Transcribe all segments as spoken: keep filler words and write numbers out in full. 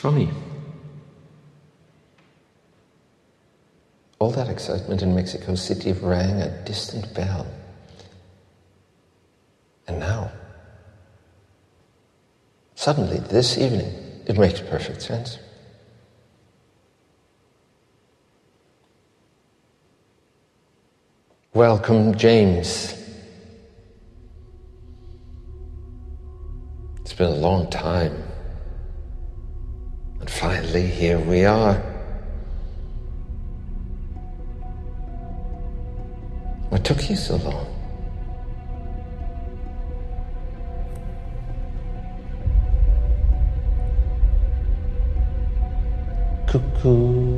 funny. All that excitement in Mexico City rang a distant bell. And now, suddenly, this evening, it makes perfect sense. Welcome, James. It's been a long time. And finally, here we are. What took you so long? Cuckoo.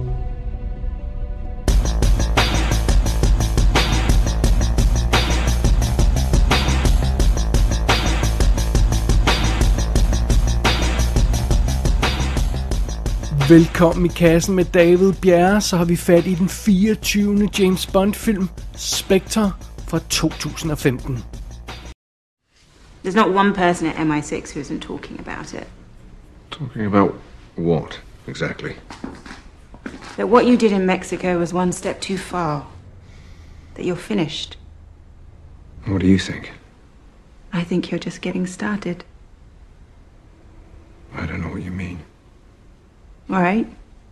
Velkommen i kassen med David Bjerre, så har vi fat i den fireogtyvende James Bond-film, Spectre fra to tusind og femten. There's not one person at M I six who isn't talking about it. Talking about what, exactly? That what you did in Mexico was one step too far. That you're finished. What do you think? I think you're just getting started. I don't know what you mean. All right.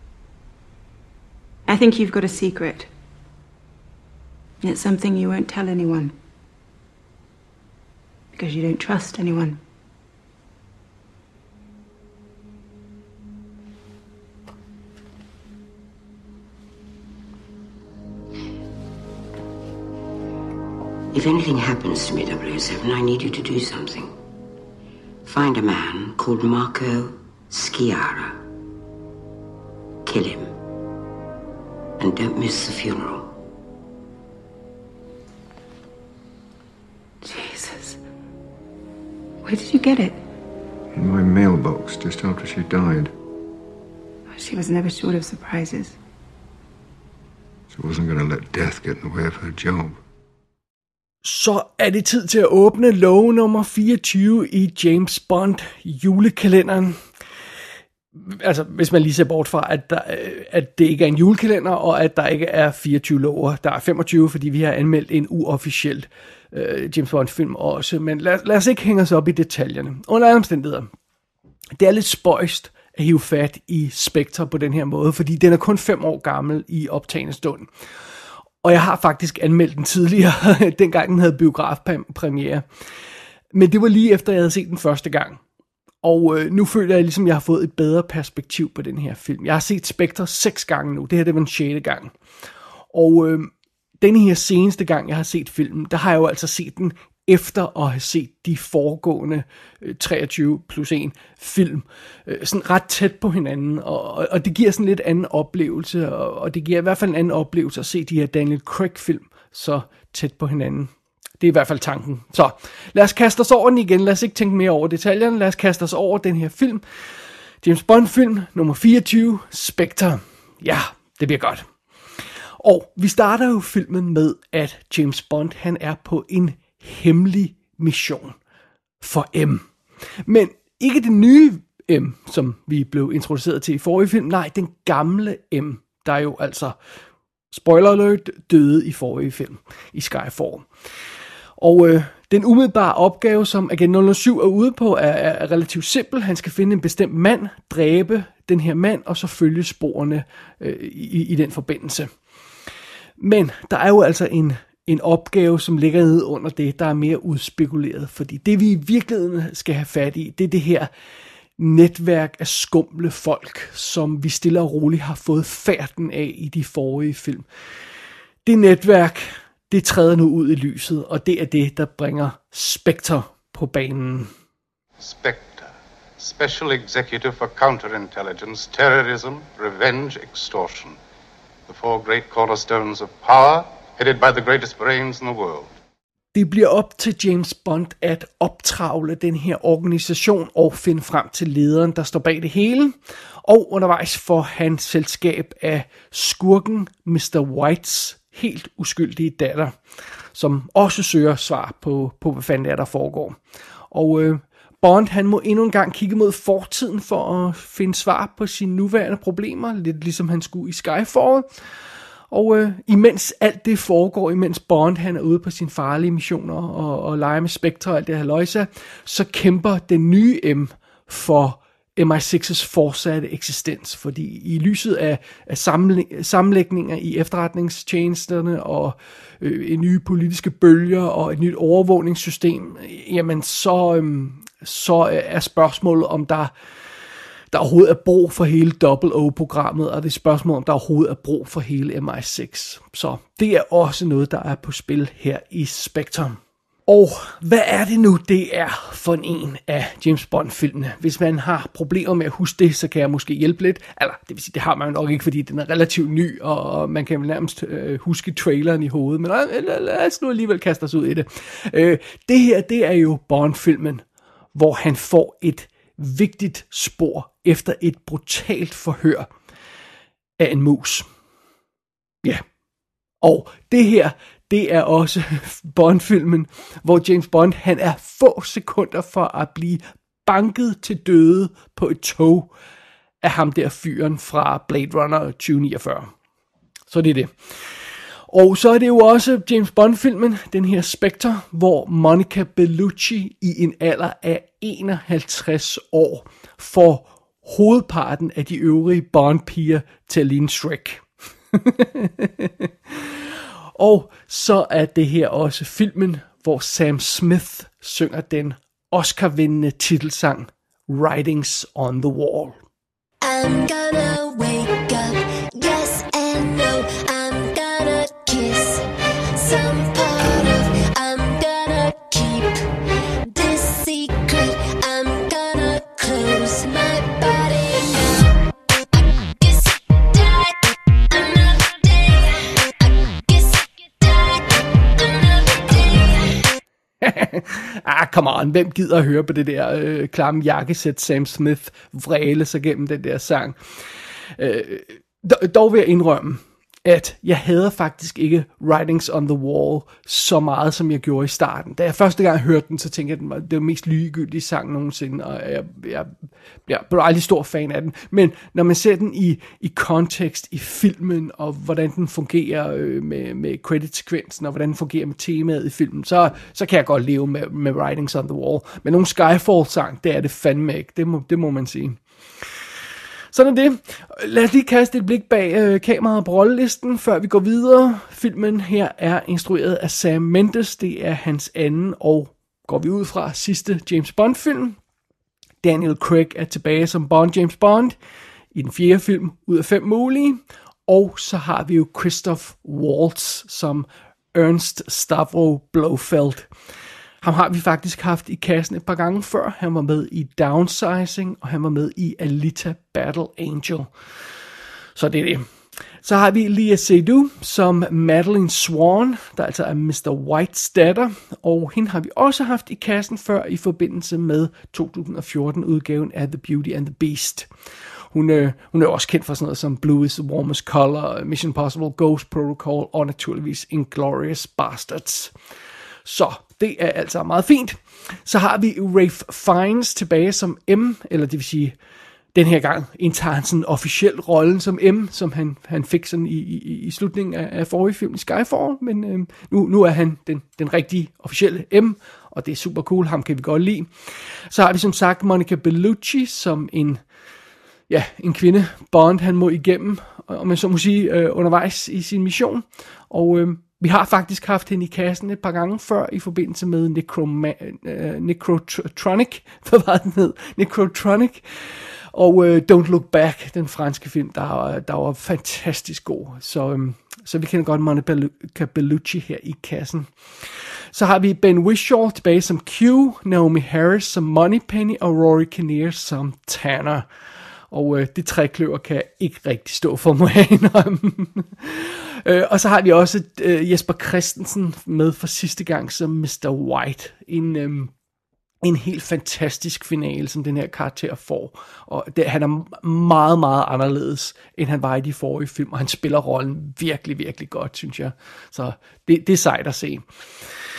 I think you've got a secret. And it's something you won't tell anyone. Because you don't trust anyone. If anything happens to me, double oh seven, I need you to do something. Find a man called Marco Sciarra. Kill him. And don't miss the funeral. Jesus. Where did you get it? In my mailbox just after she died. She was never short of surprises. She wasn't going to let death get in the way of her job. Så er det tid til at åbne låge nummer fireogtyve i James Bond julekalenderen. Altså, hvis man lige ser bort fra, at, der, at det ikke er en julekalender, og at der ikke er fireogtyve lover. Der er femogtyve, fordi vi har anmeldt en uofficiel øh, James Bond-film også. Men lad, lad os ikke hænge os op i detaljerne. Under alle omstændigheder. Det er lidt spøjst at hive fat i Spectre på den her måde, fordi den er kun fem år gammel i optagende stund. Og jeg har faktisk anmeldt den tidligere, dengang den havde biografpremiere. Men det var lige efter, jeg havde set den første gang. Og øh, nu føler jeg ligesom, at jeg har fået et bedre perspektiv på den her film. Jeg har set Spectre seks gange nu. Det her, det var den sjette gang. Og øh, denne her seneste gang, jeg har set filmen, der har jeg jo altså set den efter at have set de foregående øh, treogtyve plus en film. Øh, sådan ret tæt på hinanden. Og, og, og det giver sådan lidt anden oplevelse. Og, og det giver i hvert fald en anden oplevelse at se de her Daniel Craig-film så tæt på hinanden. Det er i hvert fald tanken. Så lad os kaste os over den igen. Lad os ikke tænke mere over detaljerne. Lad os kaste os over den her film. James Bond-film nummer fireogtyve, Spectre. Ja, det bliver godt. Og vi starter jo filmen med, at James Bond, han er på en hemmelig mission for M. Men ikke den nye M, som vi blev introduceret til i forrige film. Nej, den gamle M, der jo altså, spoiler alert, døde i forrige film, i Skyfall. Og øh, den umiddelbare opgave, som Agent nul nul syv er ude på, er, er relativt simpel. Han skal finde en bestemt mand, dræbe den her mand, og så følge sporene øh, i, i den forbindelse. Men der er jo altså en, en opgave, som ligger nede under det, der er mere udspekuleret. Fordi det, vi i virkeligheden skal have fat i, det er det her netværk af skumle folk, som vi stille og roligt har fået færden af i de forrige film. Det netværk, det træder nu ud i lyset, og det er det, der bringer Spectre på banen. Spectre, Special Executive for Counterintelligence, Terrorism, Revenge, Extortion. The four great cornerstones of power, headed by the greatest brains in the world. Det bliver op til James Bond at optravle den her organisation og finde frem til lederen, der står bag det hele. Og undervejs får han selskab af skurken mister Whites helt uskyldige datter, som også søger svar på, på hvad fanden er der foregår. Og øh, Bond, han må endnu en gang kigge mod fortiden for at finde svar på sine nuværende problemer, lidt ligesom han skulle i Skyfall. Og øh, imens alt det foregår, imens Bond han er ude på sine farlige missioner og, og leger med Spectre og alt det her løjse, så kæmper den nye M for M I seks's fortsatte eksistens, fordi i lyset af, af sammenlægninger i efterretningstjenesterne og øh, en nye politiske bølger og et nyt overvågningssystem, jamen så, øh, så er spørgsmålet, om der, der overhovedet er brug for hele double O-programmet, og det er spørgsmålet, om der overhovedet er brug for hele M I seks. Så det er også noget, der er på spil her i Spectre. Og hvad er det nu, det er for en af James Bond-filmene? Hvis man har problemer med at huske det, så kan jeg måske hjælpe lidt. Eller, det vil sige, det har man jo nok ikke, fordi den er relativt ny, og man kan vel nærmest øh, huske traileren i hovedet. Men øh, lad os nu alligevel kaste os ud i det. Øh, det her, det er jo Bond-filmen, hvor han får et vigtigt spor efter et brutalt forhør af en mus. Ja. Og det her, det er også Bond-filmen, hvor James Bond, han er få sekunder for at blive banket til døde på et tog af ham der fyren fra Blade Runner tyve niogfyrre. Så det er det. Og så er det jo også James Bond-filmen, den her Spectre, hvor Monica Bellucci i en alder af enoghalvtreds år får hovedparten af de øvrige Bond-piger til at ligne Shrek. Og så er det her også filmen, hvor Sam Smith synger den Oscar-vindende titelsang Writings on the Wall. I'm gonna wake up, yes and no, I'm gonna kiss some part of, I'm gonna keep this secret, I'm gonna close my body now. I guess you died another day, I guess you died another day. Ah, come on, hvem gider at høre på det der øh, klamme jakkesæt Sam Smith vræle sig gennem den der sang? Øh, dog vil jeg indrømme, at jeg hader faktisk ikke Writings on the Wall så meget, som jeg gjorde i starten. Da jeg første gang hørte den, så tænkte jeg, at den var det var mest ligegyldige sang nogensinde, og jeg, jeg, jeg blev aldrig stor fan af den. Men når man ser den i, i kontekst i filmen, og hvordan den fungerer øh, med, med credit-sekvensen, og hvordan den fungerer med temaet i filmen, så, så kan jeg godt leve med, med Writings on the Wall. Men nogle Skyfall-sang, det er det fandme ikke. Det må, det må man sige. Sådan er det. Lad os lige kaste et blik bag øh, kameraet på rollelisten, før vi går videre. Filmen her er instrueret af Sam Mendes. Det er hans anden og, går vi ud fra, sidste James Bond-film. Daniel Craig er tilbage som Bond James Bond i den fjerde film ud af fem mulige. Og så har vi jo Christoph Waltz som Ernst Stavro Blofeld. Ham har vi faktisk haft i kassen et par gange før. Han var med i Downsizing, og han var med i Alita Battle Angel. Så det er det. Så har vi Lea Seydoux som Madeline Swan, der altså er mister Whites datter. Og hende har vi også haft i kassen før i forbindelse med to tusind og fjorten-udgaven af The Beauty and the Beast. Hun, øh, hun er også kendt for sådan noget som Blue is the Warmest Color, Mission Impossible, Ghost Protocol og naturligvis Inglourious Bastards. Så det er altså meget fint. Så har vi Ralph Fiennes tilbage som M, eller det vil sige, den her gang indtager han sådan en officiel rolle som M, som han, han fik sådan i, i, i slutningen af, af forrige film i Skyfall, men øh, nu, nu er han den, den rigtige officielle M, og det er super cool, ham kan vi godt lide. Så har vi som sagt Monica Bellucci som en, ja, en kvinde, Bond han må igennem, og man så må sige, øh, undervejs i sin mission, og øh, vi har faktisk haft hende i kassen et par gange før i forbindelse med Necroma- uh, Necrotronic, hvad var den hed? Necrotronic, og uh, Don't Look Back, den franske film, der, der var fantastisk god. Så, um, så vi kender godt Monica Bellucci her i kassen. Så har vi Ben Whishaw tilbage som Q, Naomi Harris som Moneypenny og Rory Kinnear som Tanner. Og øh, det trækløver kan ikke rigtig stå for mig indrømme. øh, og så har vi også øh, Jesper Christensen med for sidste gang som mister White. En, øh, en helt fantastisk finale, som den her karakter får. Og det, han er meget, meget anderledes, end han var i de forrige film. Og han spiller rollen virkelig, virkelig godt, synes jeg. Så det, det er sejt at se.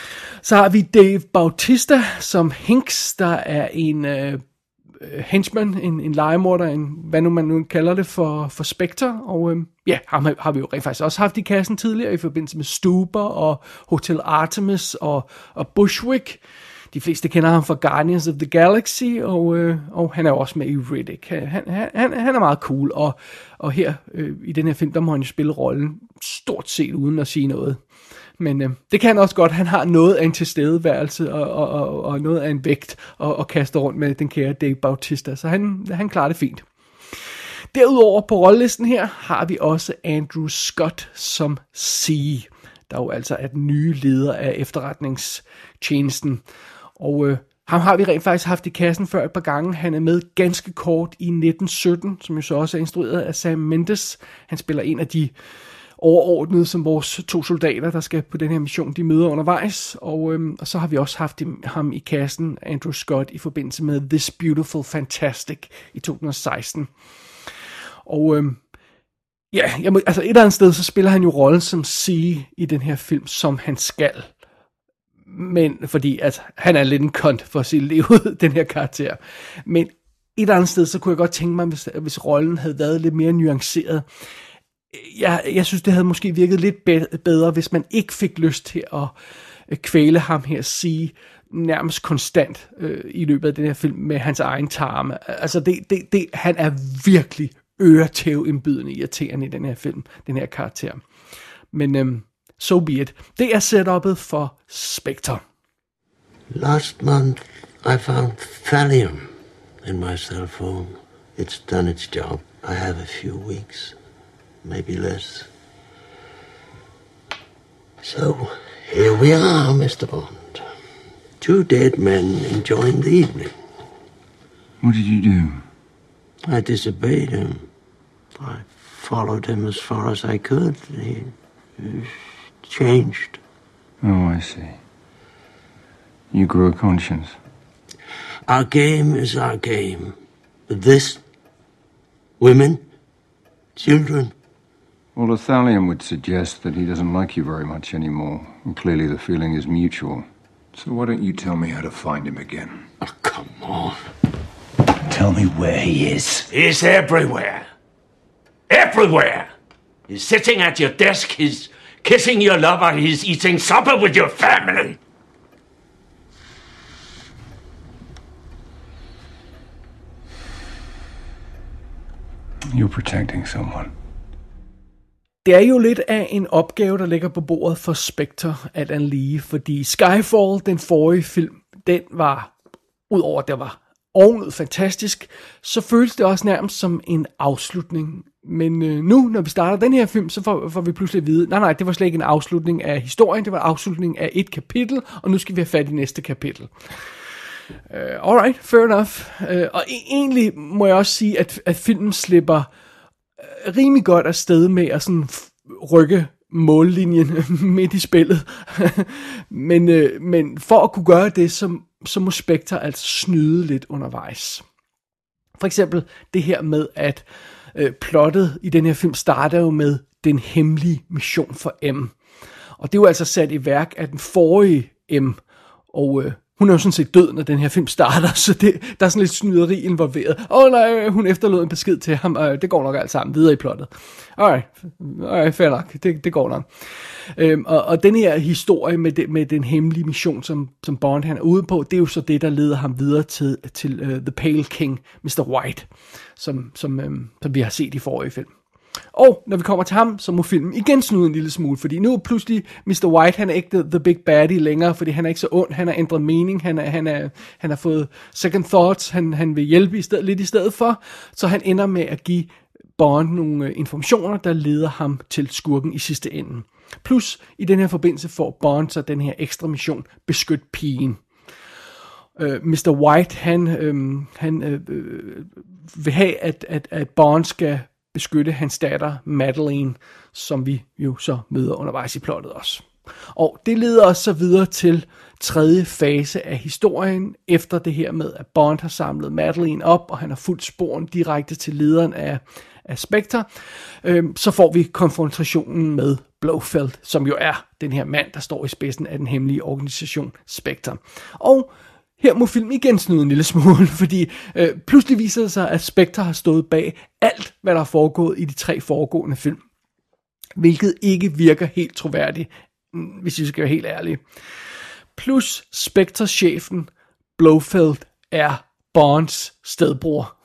Så har vi Dave Bautista som Hinks, der er en øh, henchman, en, en legemorder, en, hvad nu man nu kalder det, for, for Spectre. Og øh, ja, ham har vi jo rent faktisk også haft i kassen tidligere, i forbindelse med Stuber og Hotel Artemis og, og Bushwick. De fleste kender ham fra Guardians of the Galaxy, og, øh, og han er også med i Riddick. Han, han, han, han er meget cool, og, og her øh, i den her film, der må han jo spille rollen stort set uden at sige noget. Men øh, det kan han også godt. Han har noget af en tilstedeværelse og, og, og, og noget af en vægt og, og kaster rundt med den kære Dave Bautista, så han, han klarer det fint. Derudover på rollelisten her har vi også Andrew Scott som C, der jo altså er den nye leder af efterretningstjenesten. Og øh, ham har vi rent faktisk haft i kassen før et par gange. Han er med ganske kort i nitten sytten, som jo så også er instrueret af Sam Mendes. Han spiller en af de overordnede, som vores to soldater, der skal på den her mission, de møder undervejs. Og, øh, og så har vi også haft ham i kassen, Andrew Scott, i forbindelse med This Beautiful Fantastic i to tusind og seksten. Og øh, ja, jeg må, altså et eller andet sted, så spiller han jo rollen som C i den her film, som han skal. Men fordi altså, han er lidt en kont for at se livet, den her karakter. Men et eller andet sted, så kunne jeg godt tænke mig, hvis, hvis rollen havde været lidt mere nuanceret. Jeg, jeg synes, det havde måske virket lidt bedre, hvis man ikke fik lyst til at kvæle ham her, sige nærmest konstant øh, i løbet af den her film med hans egen tarme. Altså, det, det, det, han er virkelig øretævindbydende irriterende i den her film, den her karakter. Men øhm, so be it. Det er setupet for Spectre. Last month I found thallium in my cell phone. It's done its job. I have a few weeks, maybe less. So here we are, Mister Bond. Two dead men enjoying the evening. What did you do? I disobeyed him. I followed him as far as I could. He, he changed. Oh, I see. You grew a conscience. Our game is our game. But this, women, children. Well, the thallium would suggest that he doesn't like you very much anymore. And clearly the feeling is mutual. So why don't you tell me how to find him again? Oh, come on. Tell me where he is. He's everywhere. Everywhere. He's sitting at your desk. He's kissing your lover. He's eating supper with your family. You're protecting someone. Det er jo lidt af en opgave, der ligger på bordet for Spectre alt andet lige, fordi Skyfall, den forrige film, den var, udover at det var ovenud fantastisk, så føles det også nærmest som en afslutning. Men øh, nu, når vi starter den her film, så får, får vi pludselig at vide, nej nej, det var slet ikke en afslutning af historien, det var en afslutning af et kapitel, og nu skal vi have fat i næste kapitel. Uh, alright, fair enough. Uh, og e- egentlig må jeg også sige, at, at filmen slipper uh, rimelig godt afsted med at sådan f- rykke mållinjen midt i spillet. men, uh, men for at kunne gøre det, så, så må Spectre altså snyde lidt undervejs. For eksempel det her med, at uh, plottet i den her film starter jo med den hemmelige mission for M. Og det er jo altså sat i værk af den forrige M. Og uh, hun er jo sådan set død, når den her film starter, så det, der er sådan lidt snyderi involveret. Åh oh, nej, hun efterlod en besked til ham, og det går nok alt sammen videre i plottet. Alright, alright, fair nok, det, det går nok. Øhm, og, og den her historie med, det, med den hemmelige mission, som, som Bond han er ude på, det er jo så det, der leder ham videre til, til uh, The Pale King, mister White, som, som, øhm, som vi har set i forrige film. Og når vi kommer til ham, så må filmen igen snude en lille smule, fordi nu pludselig mister White, han er ikke the, the big baddie længere, fordi han er ikke så ond, han har ændret mening, han, er, han, er, han har fået second thoughts, han, han vil hjælpe i sted, lidt i stedet for, så han ender med at give Bond nogle informationer, der leder ham til skurken i sidste ende. Plus i den her forbindelse får Bond så den her ekstra mission, beskyt pigen. Uh, mister White, han, øh, han øh, vil have, at, at, at Bond skal beskytte hans datter, Madeleine, som vi jo så møder undervejs i plottet også. Og det leder os så videre til tredje fase af historien, efter det her med, at Bond har samlet Madeleine op, og han har fulgt sporen direkte til lederen af, af Spectre. Øhm, så får vi konfrontationen med Blofeld, som jo er den her mand, der står i spidsen af den hemmelige organisation Spectre. Og her må filmen igen snyde en lille smule, fordi øh, pludselig viser det sig, at Spectre har stået bag alt, hvad der er foregået i de tre foregående film. Hvilket ikke virker helt troværdigt, hvis vi skal være helt ærlige. Plus Spectre-chefen Blofeld er Bonds stedbror.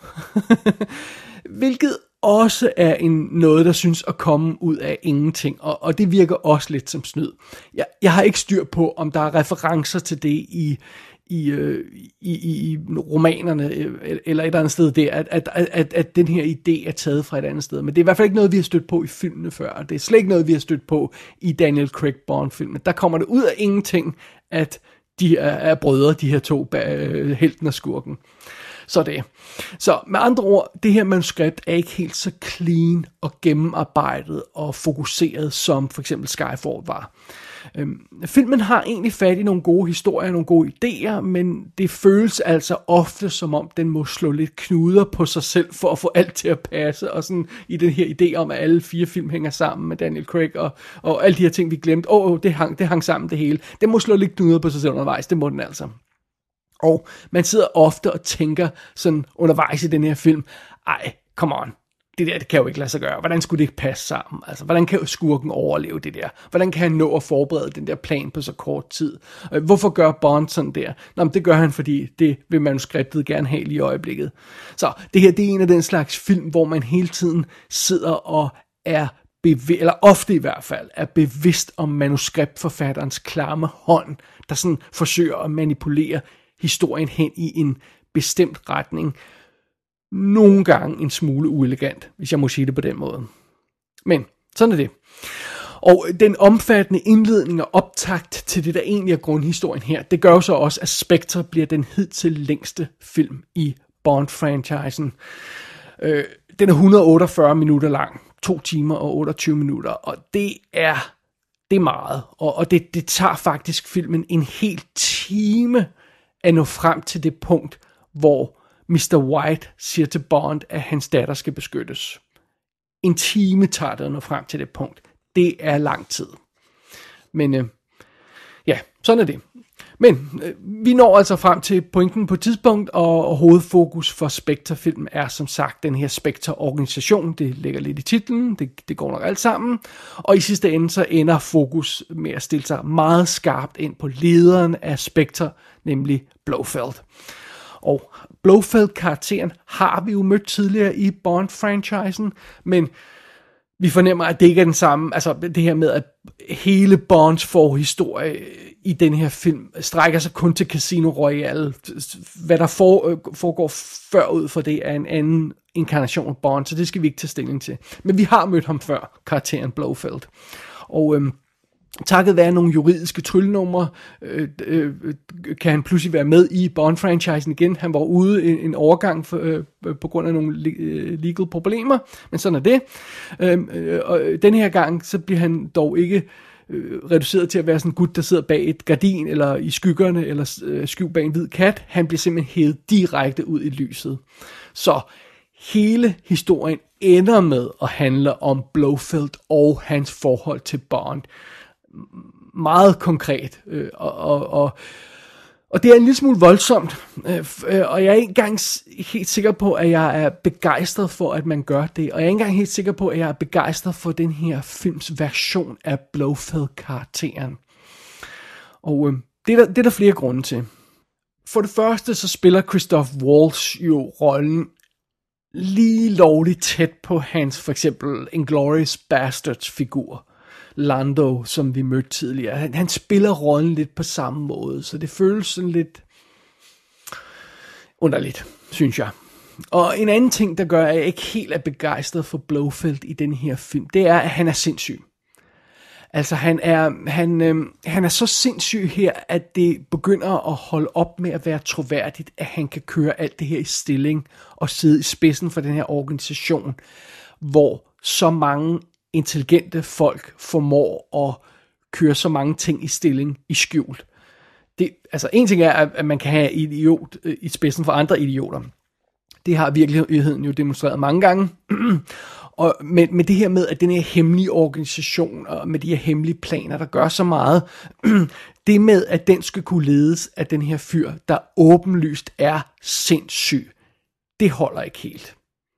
Hvilket også er en noget, der synes at komme ud af ingenting, og, og det virker også lidt som snyd. Jeg, jeg har ikke styr på, om der er referencer til det i, i, øh, i, i, i romanerne, øh, eller et eller andet sted der, at, at, at, at den her idé er taget fra et andet sted. Men det er i hvert fald ikke noget, vi har stødt på i filmene før, og det er slet ikke noget, vi har stødt på i Daniel Craig Bond-filmen. Der kommer det ud af ingenting, at de er, er brødre, de her to, øh, helten og skurken. Så det. Så med andre ord, det her manuskript er ikke helt så clean og gennemarbejdet og fokuseret, som for eksempel Skyfall var. Øhm, filmen har egentlig fat i nogle gode historier, nogle gode idéer, men det føles altså ofte som om, den må slå lidt knuder på sig selv, for at få alt til at passe, og sådan i den her idé om, at alle fire film hænger sammen med Daniel Craig, og, og alle de her ting, vi glemte. Åh, oh, oh, det, hang, det hang sammen det hele. Den må slå lidt knuder på sig selv undervejs, det må den altså. Og man sidder ofte og tænker sådan undervejs i den her film, ej, come on, det der, det kan jo ikke lade sig gøre. Hvordan skulle det ikke passe sammen? Altså, hvordan kan skurken overleve det der? Hvordan kan han nå at forberede den der plan på så kort tid? Hvorfor gør Bond sådan der? Nå, men det gør han, fordi det vil manuskriptet gerne have lige i øjeblikket. Så det her, det er en af den slags film, hvor man hele tiden sidder og er bevidst, eller ofte i hvert fald, er bevidst om manuskriptforfatterens klamme hånd, der sådan forsøger at manipulere historien hen i en bestemt retning. Nogle gange en smule uelegant, hvis jeg må sige det på den måde. Men sådan er det. Og den omfattende indledning og optakt til det, der egentlig er grundhistorien her, det gør så også, at Spectre bliver den hidtil længste film i Bond-franchisen. Øh, den er et hundrede og otteogfyrre minutter lang, to timer og otteogtyve minutter, og det er, det er meget. Og, og det, det tager faktisk filmen en hel time at nå frem til det punkt, hvor mister White siger til Bond, at hans datter skal beskyttes. En time tager det at nå frem til det punkt. Det er lang tid. Men øh, ja, sådan er det. Men øh, vi når altså frem til pointen på et tidspunkt, og, og hovedfokus for Spectre-filmen er som sagt den her Spectre-organisation. Det ligger lidt i titlen, det, det går nok alt sammen. Og i sidste ende så ender fokus med at stille sig meget skarpt ind på lederen af Spectre, nemlig Blofeld. Og Blofeld-karakteren har vi jo mødt tidligere i Bond-franchisen, men vi fornemmer, at det ikke er den samme, altså det her med, at hele Bonds forhistorie i den her film strækker sig kun til Casino Royale. Hvad der for, foregår forud for det er en anden inkarnation af Bond, så det skal vi ikke tage stilling til. Men vi har mødt ham før, karakteren Blofeld. Og øhm, takket være nogle juridiske tryllenumre, øh, øh, kan han pludselig være med i Bond-franchisen igen. Han var ude en, en overgang for, øh, på grund af nogle legal problemer, men sådan er det. Øh, øh, og den her gang, så bliver han dog ikke øh, reduceret til at være sådan en gut, der sidder bag et gardin, eller i skyggerne, eller øh, skjult bag en hvid kat. Han bliver simpelthen hævet direkte ud i lyset. Så hele historien ender med at handle om Blofeld og hans forhold til Bond. Meget konkret, øh, og, og, og, og det er en lille smule voldsomt, øh, og jeg er ikke engang helt sikker på, at jeg er begejstret for, at man gør det, og jeg er ikke engang helt sikker på, at jeg er begejstret for den her films version af Blofeld-karakteren. Og øh, det, er der, det er der flere grunde til. For det første, så spiller Christoph Waltz jo rollen lige lovligt tæt på hans, for eksempel, Inglourious Basterds figur. Lando, som vi mødte tidligere. Han, han spiller rollen lidt på samme måde, så det føles sådan lidt underligt, synes jeg. Og en anden ting, der gør, at jeg ikke helt er begejstret for Blofeld i den her film, det er, at han er sindssyg. Altså, han er, han, øh, han er så sindssyg her, at det begynder at holde op med at være troværdigt, at han kan køre alt det her i stilling og sidde i spidsen for den her organisation, hvor så mange intelligente folk formår at kører så mange ting i stilling i skjult. Det, altså en ting er, at man kan have idiot i spidsen for andre idioter. Det har virkeligheden jo demonstreret mange gange. Og med, med det her med, at den her hemmelige organisation, og med de her hemmelige planer, der gør så meget, det med, at den skal kunne ledes af den her fyr, der åbenlyst er sindssyg, det holder ikke helt.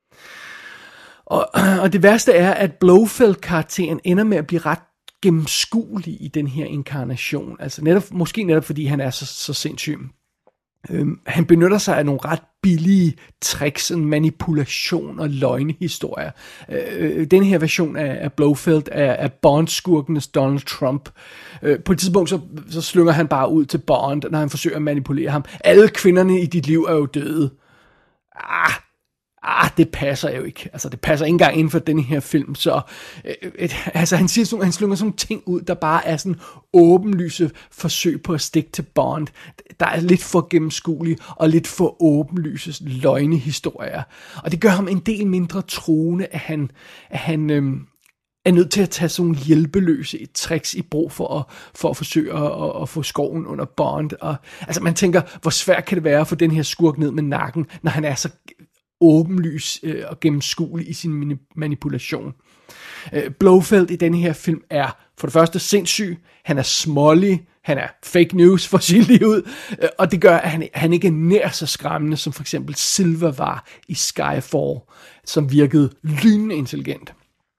Og, og det værste er, at Blofeld-karakteren ender med at blive ret gennemskuelig i den her inkarnation. Altså netop, måske netop fordi han er så, så sindssyg. Øhm, han benytter sig af nogle ret billige tricks, en manipulation og løgnehistorier. Øh, den her version af, af Blofeld er, er Bond-skurkenes Donald Trump. Øh, på et tidspunkt så, så slynger han bare ud til Bond, når han forsøger at manipulere ham. Alle kvinderne i dit liv er jo døde. Ah, ah det passer jo ikke. Altså det passer ikke engang inden for den her film. Så øh, et, altså han, siger sådan, han slynger sådan ting ud, der bare er sådan åbenlyse forsøg på at stikke til Bond. Der er lidt for gennemskuelige og lidt for åbenlyse løgnehistorier. Og det gør ham en del mindre truende, at han, at han øhm, er nødt til at tage sådan nogle hjælpeløse tricks i brug for at, for at forsøge at, at, at få skoven under Bond. Og, altså man tænker, hvor svært kan det være at få den her skurk ned med nakken, når han er så åbenlys øh, og gennemskuelig i sin manipulation. Øh, Blofeld i denne her film er for det første sindssyg, han er smålig, han er fake news for sit liv ud, øh, og det gør, at han, han ikke er nær så skræmmende, som for eksempel Silva var i Skyfall, som virkede lynende intelligent.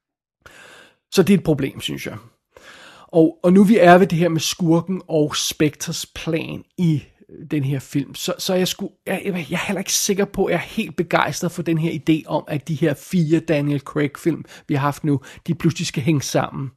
Så det er et problem, synes jeg. Og, og nu vi er ved det her med skurken og Spectres plan i den her film, så, så jeg, sku, jeg, jeg er heller ikke sikker på, at jeg er helt begejstret for den her idé om, at de her fire Daniel Craig-film, vi har haft nu, de pludselig skal hænge sammen.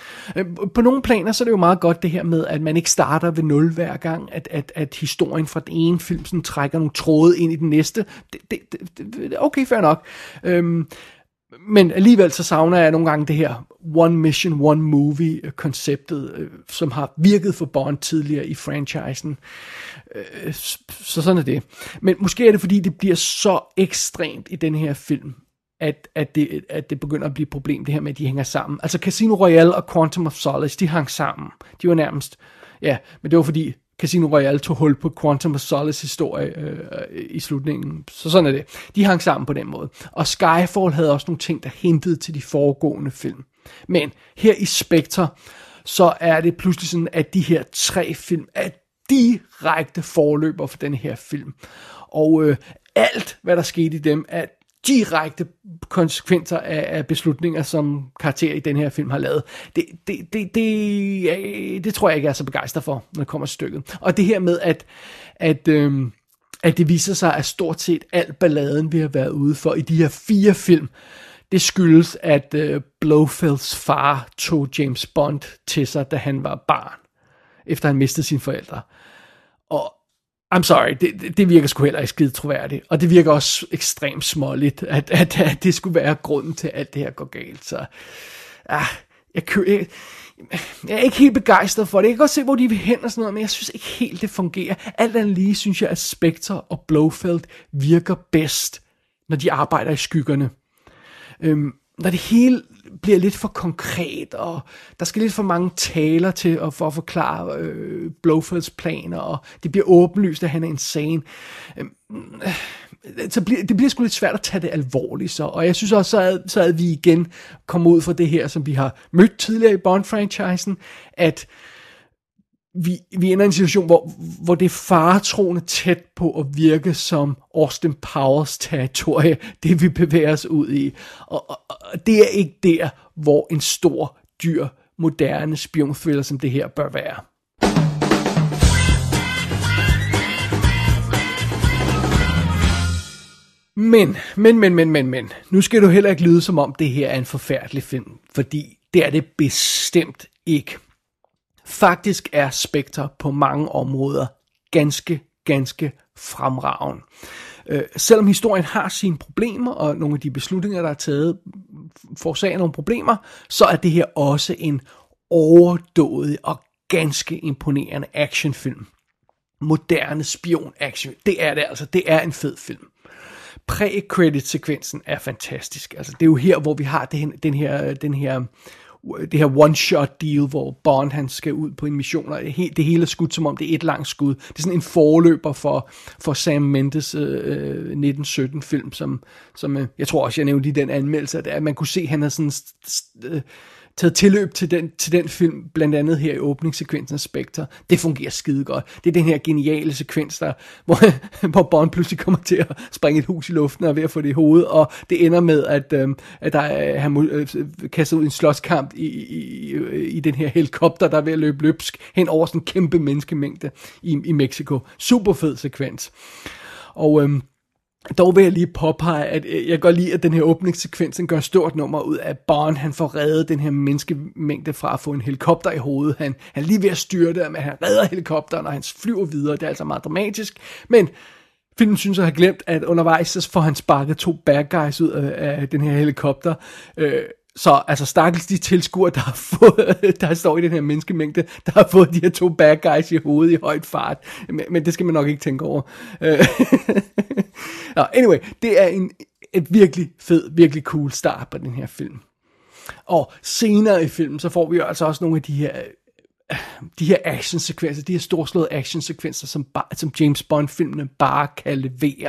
På nogle planer, så er det jo meget godt det her med, at man ikke starter ved nul hver gang, at, at, at historien fra den ene film sådan trækker nogle tråde ind i den næste. Det, det, det, det er okay, fair nok. Øhm, Men alligevel så savner jeg nogle gange det her one mission, one movie konceptet, øh, som har virket for Bond tidligere i franchisen. Øh, så sådan er det. Men måske er det fordi det bliver så ekstremt i den her film, at, at, det, at det begynder at blive et problem, det her med at de hænger sammen. Altså Casino Royale og Quantum of Solace, de hang sammen. De var nærmest, ja, men det var fordi Casino Royale tog hul på Quantum of Solace historie øh, i slutningen. Så sådan er det. De hang sammen på den måde. Og Skyfall havde også nogle ting, der hintede til de foregående film. Men her i Spectre, så er det pludselig sådan, at de her tre film er direkte forløber for den her film. Og øh, alt, hvad der skete i dem, er direkte konsekvenser af, af beslutninger, som karakterer i den her film har lavet. Det, det, det, det, det tror jeg ikke, jeg er så begejstret for, når det kommer til stykket. Og det her med, at, at, øhm, at det viser sig, at stort set alt balladen, vi har været ude for i de her fire film, det skyldes, at øh, Blofelds far tog James Bond til sig, da han var barn, efter han mistede sine forældre. Og I'm sorry, det, det virker sgu heller ikke skide troværdigt, og det virker også ekstremt småligt, at, at, at det skulle være grunden til, at alt det her går galt. Så ah, jeg, kø, jeg, jeg er ikke helt begejstret for det. Jeg kan godt se, hvor de vil hen og sådan noget, men jeg synes ikke helt, det fungerer. Alt andet lige synes jeg, at Spectre og Blofeld virker bedst, når de arbejder i skyggerne. Øhm, når det hele bliver lidt for konkret, og der skal lidt for mange taler til at, for at forklare øh, Blofelds planer, og det bliver åbenlyst, at han er insane. Øhm, øh, så bliver, det bliver sgu lidt svært at tage det alvorligt, så. Og jeg synes også, så er, så er vi igen kommet ud fra det her, som vi har mødt tidligere i Bond-franchisen, at Vi, vi ender i en situation, hvor, hvor det er faretroende tæt på at virke som Austin Powers territorie, det vi bevæger os ud i. Og, og, og det er ikke der, hvor en stor, dyr, moderne spionthriller som det her bør være. Men, men, men, men, men, men. Nu skal du heller ikke lyde som om det her er en forfærdelig film, fordi det er det bestemt ikke. Faktisk er Spectre på mange områder ganske, ganske fremragende. Øh, selvom historien har sine problemer, og nogle af de beslutninger, der er taget, forårsager nogle problemer, så er det her også en overdådig og ganske imponerende actionfilm. Moderne spion-action. Det er det altså. Det er en fed film. Pre-credit-sekvensen er fantastisk. Altså, det er jo her, hvor vi har den, den her... Den her det her one-shot deal, hvor Bond han skal ud på en mission, og det hele er skudt, som om det er et langt skud. Det er sådan en forløber for, for Sam Mendes øh, nitten sytten film, som, som øh, jeg tror også, jeg nævnte i den anmeldelse, at man kunne se, at han har sådan øh, taget tilløb til den, til den film, blandt andet her i åbningssekvensen af Spectre. Det fungerer skide godt. Det er den her geniale sekvens, der, hvor, hvor Bond pludselig kommer til at springe et hus i luften og er ved at få det i hovedet, og det ender med, at, øhm, at der er, han må øh, kaste ud i en slåskamp i, i, i den her helikopter, der er ved at løbe løbsk hen over sådan en kæmpe menneskemængde i, i Mexico. Super fed sekvens. Og øhm, dog vil jeg lige påpege, at jeg kan godt lide, at den her åbningssekvens gør stort nummer ud af Bond. Han får reddet den her menneskemængde fra at få en helikopter i hovedet. Han, han er lige ved at styrte, men han redder helikopteren, og han flyver videre. Det er altså meget dramatisk. Men filmen synes at have glemt, at undervejs så får han sparket to bad guys ud af, af den her helikopter. Øh, Så altså stakkels de tilskuere, der har fået, der står i den her menneskemængde, der har fået de her to bad guys i hovedet i højt fart. Men, men det skal man nok ikke tænke over. no, anyway, det er en et virkelig fed, virkelig cool start på den her film. Og senere i filmen, så får vi jo altså også nogle af de her de her actionsekvenser, de her storslåede actionsekvenser, som, som James Bond-filmene bare kan levere.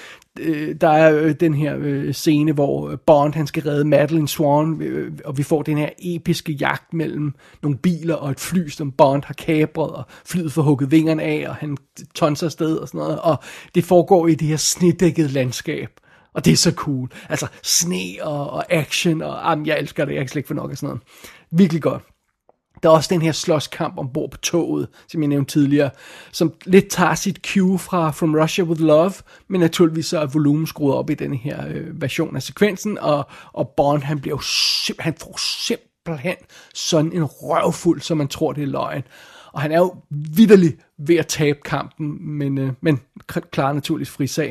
Der er den her scene, hvor Bond han skal redde Madeleine Swan, og vi får den her episke jagt mellem nogle biler og et fly, som Bond har kapret, og flyet får hugget vingerne af, og han tonser afsted og sådan noget, og det foregår i det her snedækkede landskab, og det er så cool. Altså sne og, og action, og jamen, jeg elsker det, jeg kan slet ikke få nok af sådan noget. Virkelig godt. Der er også den her slåskamp ombord på toget, som jeg nævnte tidligere, som lidt tager sit cue fra From Russia With Love, men naturligvis så er volumen skruet op i den her øh, version af sekvensen, og, og Bond, han bliver jo simp- han får simpelthen sådan en røvfuld, som man tror, det er løgn. Og han er jo vitterlig ved at tabe kampen, men, øh, men klarer naturligvis frisag.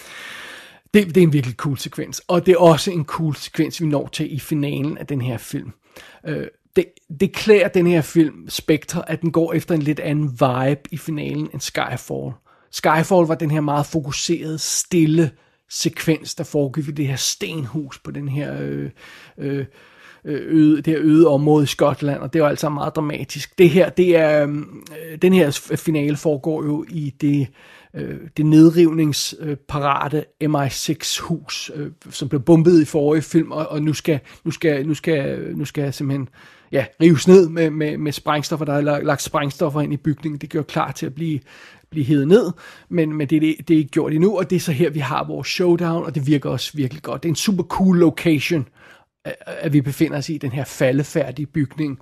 Det, det er en virkelig cool sekvens, og det er også en cool sekvens, vi når til i finalen af den her film. Øh, Det, det klæder den her film, Spectre, at den går efter en lidt anden vibe i finalen end Skyfall. Skyfall var den her meget fokuserede, stille sekvens, der foregik i det her stenhus på den her øh, øh, øde, det her øde område i Skotland, og det var altså meget dramatisk. Det her, det er, øh, den her finale foregår jo i det, øh, det nedrivningsparate M I seks hus, øh, som blev bombet i forrige film, og, og nu skal, nu skal, nu skal, nu skal simpelthen ja, rives ned med, med, med sprængstoffer. Der er lagt sprængstoffer ind i bygningen. Det gør klar til at blive, blive hevet ned, men, men det, det, det er ikke gjort endnu, og det er så her, vi har vores showdown, og det virker også virkelig godt. Det er en super cool location, at vi befinder os i den her faldefærdige bygning.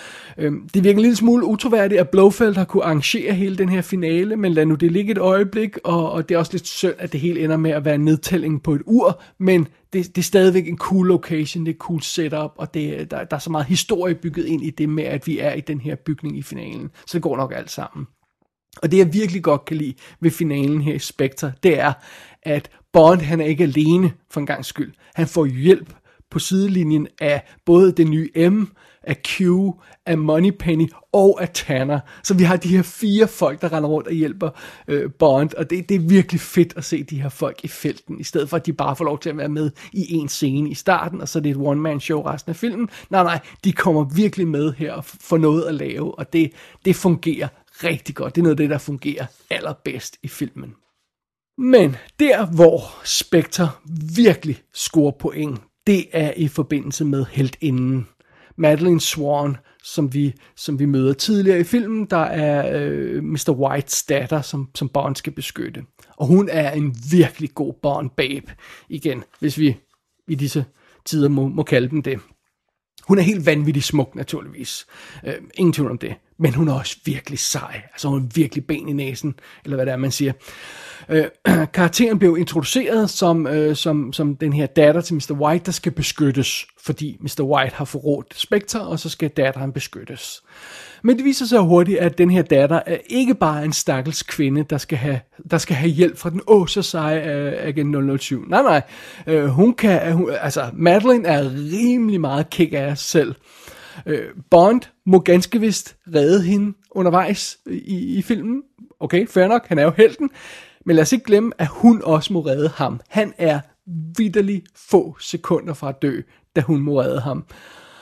Det virker en lille smule utroværdigt, at Blofeld har kunne arrangere hele den her finale, men lad nu det ligge et øjeblik, og, og det er også lidt synd, at det hele ender med at være en nedtælling på et ur, men det, det er stadigvæk en cool location, det er et cool setup, og det, der, der er så meget historie bygget ind i det med, at vi er i den her bygning i finalen, så det går nok alt sammen. Og det jeg virkelig godt kan lide ved finalen her i Spectre, det er, at Bond han er ikke alene for en gang skyld. Han får hjælp på sidelinjen af både det nye M, af Q, af Moneypenny og af Tanner. Så vi har de her fire folk, der render rundt og hjælper øh, Bond, og det, det er virkelig fedt at se de her folk i felten, i stedet for at de bare får lov til at være med i en scene i starten, og så er det et one-man-show resten af filmen. Nej, nej, de kommer virkelig med her og får noget at lave, og det, det fungerer rigtig godt. Det er noget af det, der fungerer allerbedst i filmen. Men der, hvor Spectre virkelig scorer point, det er i forbindelse med heltinden. Madeleine Swan, som vi, som vi møder tidligere i filmen, der er øh, mister Whites datter, som, som Bond skal beskytte. Og hun er en virkelig god Bond-babe, igen, hvis vi i disse tider må, må kalde dem det. Hun er helt vanvittig smuk, naturligvis. Øh, ingen tvivl om det. Men hun er også virkelig sej. Altså hun er virkelig ben i næsen, eller hvad det er, man siger. Øh, karakteren blev introduceret som, øh, som, som den her datter til mister White, der skal beskyttes, fordi mister White har forrådt Spectre, og så skal datteren beskyttes. Men det viser sig hurtigt, at den her datter er ikke bare en stakkels kvinde, der skal have, der skal have hjælp fra den åh så seje uh, Agent nul nul syv. Nej, nej. Uh, hun kan, hun, altså Madeleine er rimelig meget kick-ass selv. Uh, Bond må ganske vist redde hende undervejs i, i filmen. Okay, fair nok, han er jo helten. Men lad os ikke glemme, at hun også må redde ham. Han er vitterlig få sekunder fra at dø, da hun må redde ham.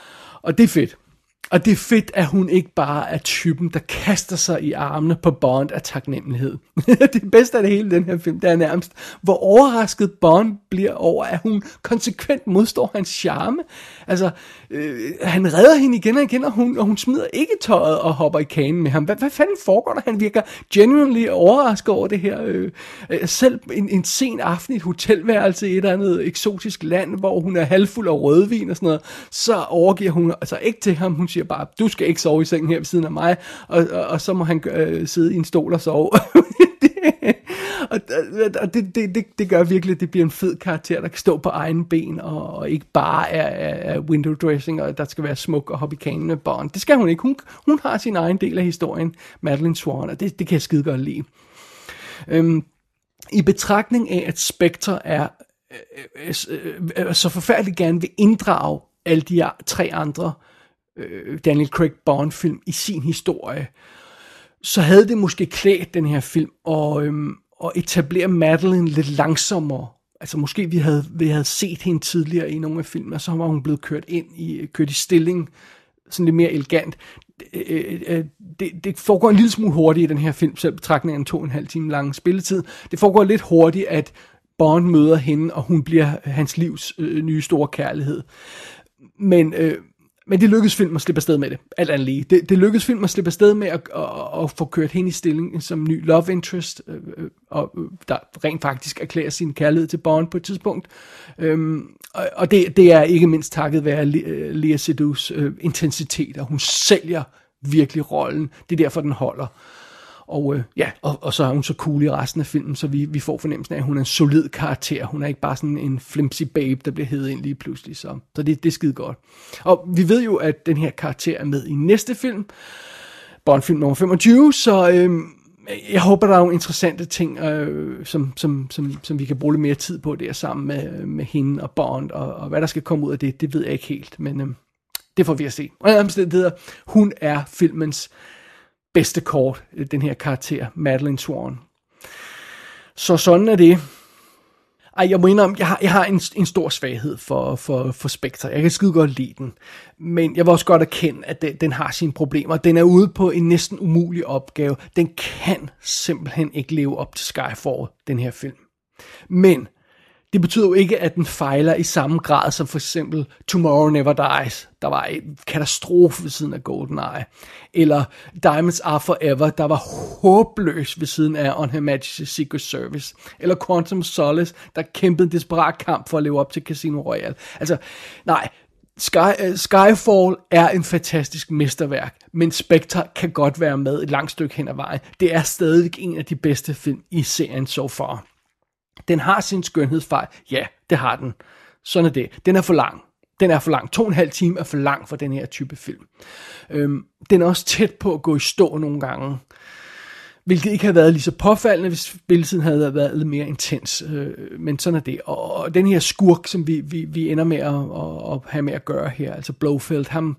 Og det er fedt. Og det er fedt, at hun ikke bare er typen, der kaster sig i armene på Bond af taknemmelighed. Det bedste af det hele, den her film, det er nærmest, hvor overrasket Bond bliver over, at hun konsekvent modstår hans charme. Altså, øh, han redder hende igen og igen, og hun, og hun smider ikke tøjet og hopper i kanen med ham. Hvad, hvad fanden foregår der? Han virker genuinely overrasket over det her. Øh, øh, selv en, en sen aften i et hotelværelse i et eller andet eksotisk land, hvor hun er halvfuld af rødvin og sådan noget, så overgiver hun altså ikke til ham. Hun siger bare, du skal ikke sove i sengen her ved siden af mig, og, og, og så må han øh, sidde i en stol og sove. det, og og det, det, det, det gør virkelig, at det bliver en fed karakter, der kan stå på egen ben, og, og ikke bare er, er, er window dressing, og der skal være smuk og hoppe i kanen med Bond. Det skal hun ikke. Hun, hun har sin egen del af historien, Madeleine Swann, og det, det kan jeg skide godt lide. Øhm, I betragtning af, at Spectre er øh, øh, øh, så forfærdeligt gerne vil inddrage alle de tre andre Daniel Craig Bond-film i sin historie, så havde det måske klædt den her film og, øhm, og etablere Madeleine lidt langsommere. Altså måske vi havde, vi havde set hende tidligere i nogle af filmene, og så var hun blevet kørt ind i, kørt i stilling, sådan lidt mere elegant. Det, det, det foregår en lille smule hurtigt i den her film, selv betragtningen af en to og en halv time lang spilletid. Det foregår lidt hurtigt, at Bond møder hende, og hun bliver hans livs øh, nye store kærlighed. Men øh, Men det lykkedes film at slippe afsted med det, alt andet lige. Det, det lykkedes film at slippe afsted med at, at, at få kørt hende i stilling som ny love interest, øh, og der rent faktisk erklærer sin kærlighed til Bond på et tidspunkt. Øhm, og og det, det er ikke mindst takket være Lea Seydoux øh, intensitet, og hun sælger virkelig rollen. Det er derfor, den holder. Og øh, ja, og, og så er hun så cool i resten af filmen, så vi, vi får fornemmelsen af, at hun er en solid karakter. Hun er ikke bare sådan en flimsy babe, der bliver hævet ind lige pludselig. Så, så det, det er skide godt. Og vi ved jo, at den her karakter er med i næste film, Bond-film nummer femogtyve, så øh, jeg håber, der er nogle interessante ting, øh, som, som, som, som vi kan bruge lidt mere tid på der sammen med, med hende og Bond, og, og hvad der skal komme ud af det, det ved jeg ikke helt, men øh, det får vi at se. Og det hedder, hun er filmens bedste kort, den her karakter, Madeleine Swann. Så sådan er det. Ej, jeg må indrømme, jeg har, jeg har en, en stor svaghed for, for, for Spectre. Jeg kan skide godt lide den. Men jeg vil også godt erkende, at den, den har sine problemer. Den er ude på en næsten umulig opgave. Den kan simpelthen ikke leve op til Skyfall, den her film. Men det betyder jo ikke, at den fejler i samme grad som for eksempel Tomorrow Never Dies. Der var en katastrofe ved siden af GoldenEye. Eller Diamonds Are Forever, der var håbløs ved siden af On Her Majesty's Secret Service. Eller Quantum Solace, der kæmpede en desperat kamp for at leve op til Casino Royale. Altså, nej, Sky, uh, Skyfall er en fantastisk mesterværk, men Spectre kan godt være med et langt stykke hen ad vejen. Det er stadig en af de bedste film i serien so far. Den har sin skønhedsfejl. Ja, det har den. Sådan er det. Den er for lang. Den er for lang. To og en halv time er for lang for den her type film. Øhm, den er også tæt på at gå i stå nogle gange. Hvilket ikke havde været lige så påfaldende, hvis spilletiden havde været lidt mere intens. Øh, men sådan er det. Og, og den her skurk, som vi, vi, vi ender med at, at, at have med at gøre her, altså Blofeld, ham,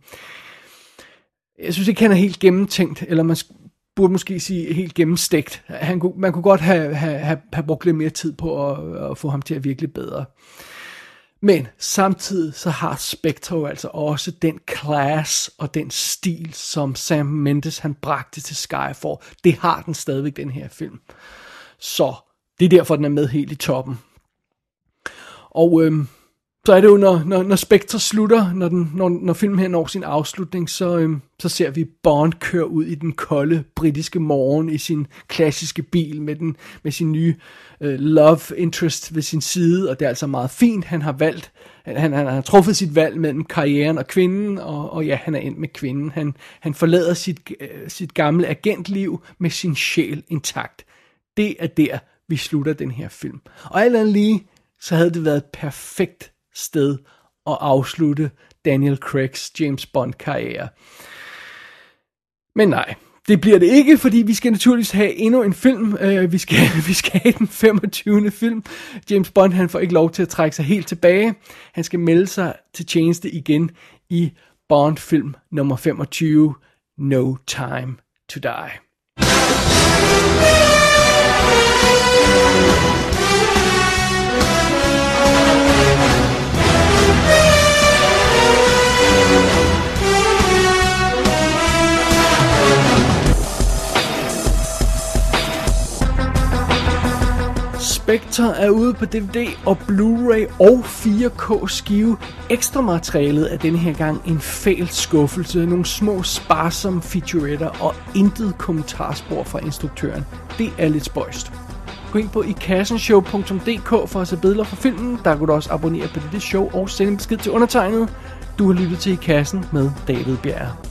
jeg synes ikke, han er helt gennemtænkt, eller man burde måske sige helt gennemstegt. Han kunne, man kunne godt have, have, have, have brugt lidt mere tid på at, at få ham til at virkelig bedre. Men samtidig så har Spectre altså også den class og den stil, som Sam Mendes han bragte til Skyfall. Det har den stadigvæk, den her film. Så det er derfor, den er med helt i toppen. Og øhm, så er det jo, når, når, når Spectre slutter, når, den, når, når filmen her når sin afslutning, så, øhm, så ser vi Bond køre ud i den kolde britiske morgen i sin klassiske bil med, den, med sin nye øh, love interest ved sin side, og det er altså meget fint. Han har valgt, han, han, han har truffet sit valg mellem karrieren og kvinden, og, og ja, han er endt med kvinden. Han, han forlader sit, øh, sit gamle agentliv med sin sjæl intakt. Det er der, vi slutter den her film. Og alt andet lige, så havde det været et perfekt sted at afslutte Daniel Craigs James Bond karriere. Men nej, det bliver det ikke, fordi vi skal naturligvis have endnu en film. Uh, vi, skal, vi skal have den femogtyvende film. James Bond, han får ikke lov til at trække sig helt tilbage. Han skal melde sig til tjeneste igen i Bond-film nummer femogtyve, No Time to Die. Spectre er ude på D V D og Blu-ray og fire K skive. Ekstra materialet er denne her gang en fæl skuffelse, nogle små sparsomme featuretter og intet kommentarspor fra instruktøren. Det er lidt spøjst. Gå ind på i kassen show punktum d k for at se billeder fra filmen. Der kan du også abonnere på dette show og sende en besked til undertegnet. Du har lyttet til I Kassen med David Bjerre.